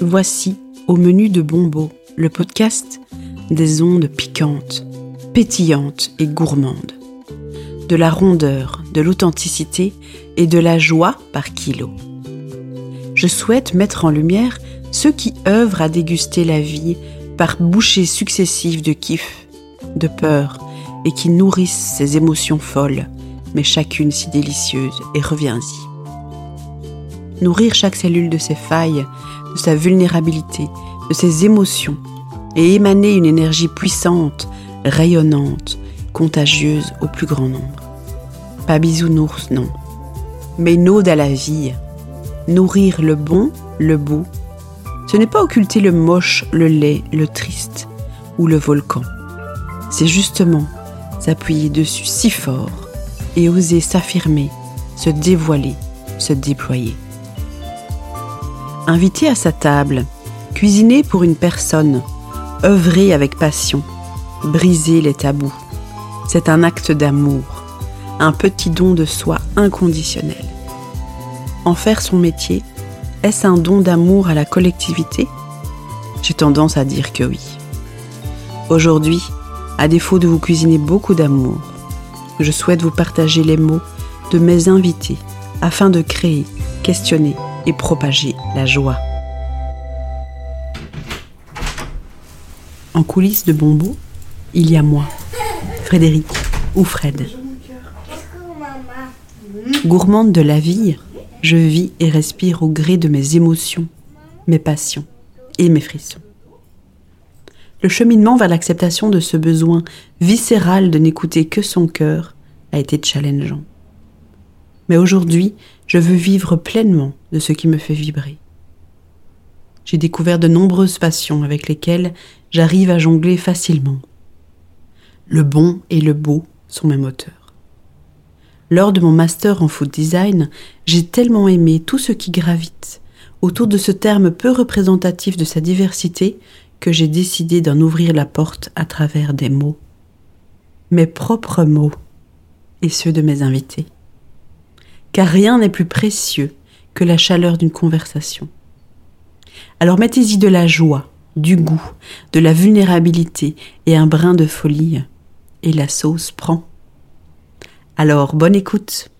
Voici Au menu de Bombo, le podcast des ondes piquantes, pétillantes et gourmandes. De la rondeur, de l'authenticité et de la joie par kilo. Je souhaite mettre en lumière ceux qui œuvrent à déguster la vie par bouchées successives de kiff, de peur et qui nourrissent ces émotions folles, mais chacune si délicieuse, et reviens-y. Nourrir chaque cellule de ses failles, de sa vulnérabilité, de ses émotions, et émaner une énergie puissante, rayonnante, contagieuse au plus grand nombre. Pas bisounours, non, mais une ode à la vie. Nourrir le bon, le beau, ce n'est pas occulter le moche, le laid, le triste ou le volcan. C'est justement s'appuyer dessus si fort et oser s'affirmer, se dévoiler, se déployer. Inviter à sa table, cuisiner pour une personne, œuvrer avec passion, briser les tabous. C'est un acte d'amour, un petit don de soi inconditionnel. En faire son métier, est-ce un don d'amour à la collectivité ? J'ai tendance à dire que oui. Aujourd'hui, à défaut de vous cuisiner beaucoup d'amour, je souhaite vous partager les mots de mes invités afin de créer, questionner et propager la joie. En coulisses de Bombo, il y a moi, Frédéric ou Fred. Gourmande de la vie, je vis et respire au gré de mes émotions, mes passions et mes frissons. Le cheminement vers l'acceptation de ce besoin viscéral de n'écouter que son cœur a été challengeant. Mais aujourd'hui, je veux vivre pleinement de ce qui me fait vibrer. J'ai découvert de nombreuses passions avec lesquelles j'arrive à jongler facilement. Le bon et le beau sont mes moteurs. Lors de mon master en food design, j'ai tellement aimé tout ce qui gravite autour de ce terme peu représentatif de sa diversité que j'ai décidé d'en ouvrir la porte à travers des mots. Mes propres mots et ceux de mes invités. Car rien n'est plus précieux que la chaleur d'une conversation. Alors mettez-y de la joie, du goût, de la vulnérabilité et un brin de folie, et la sauce prend. Alors bonne écoute.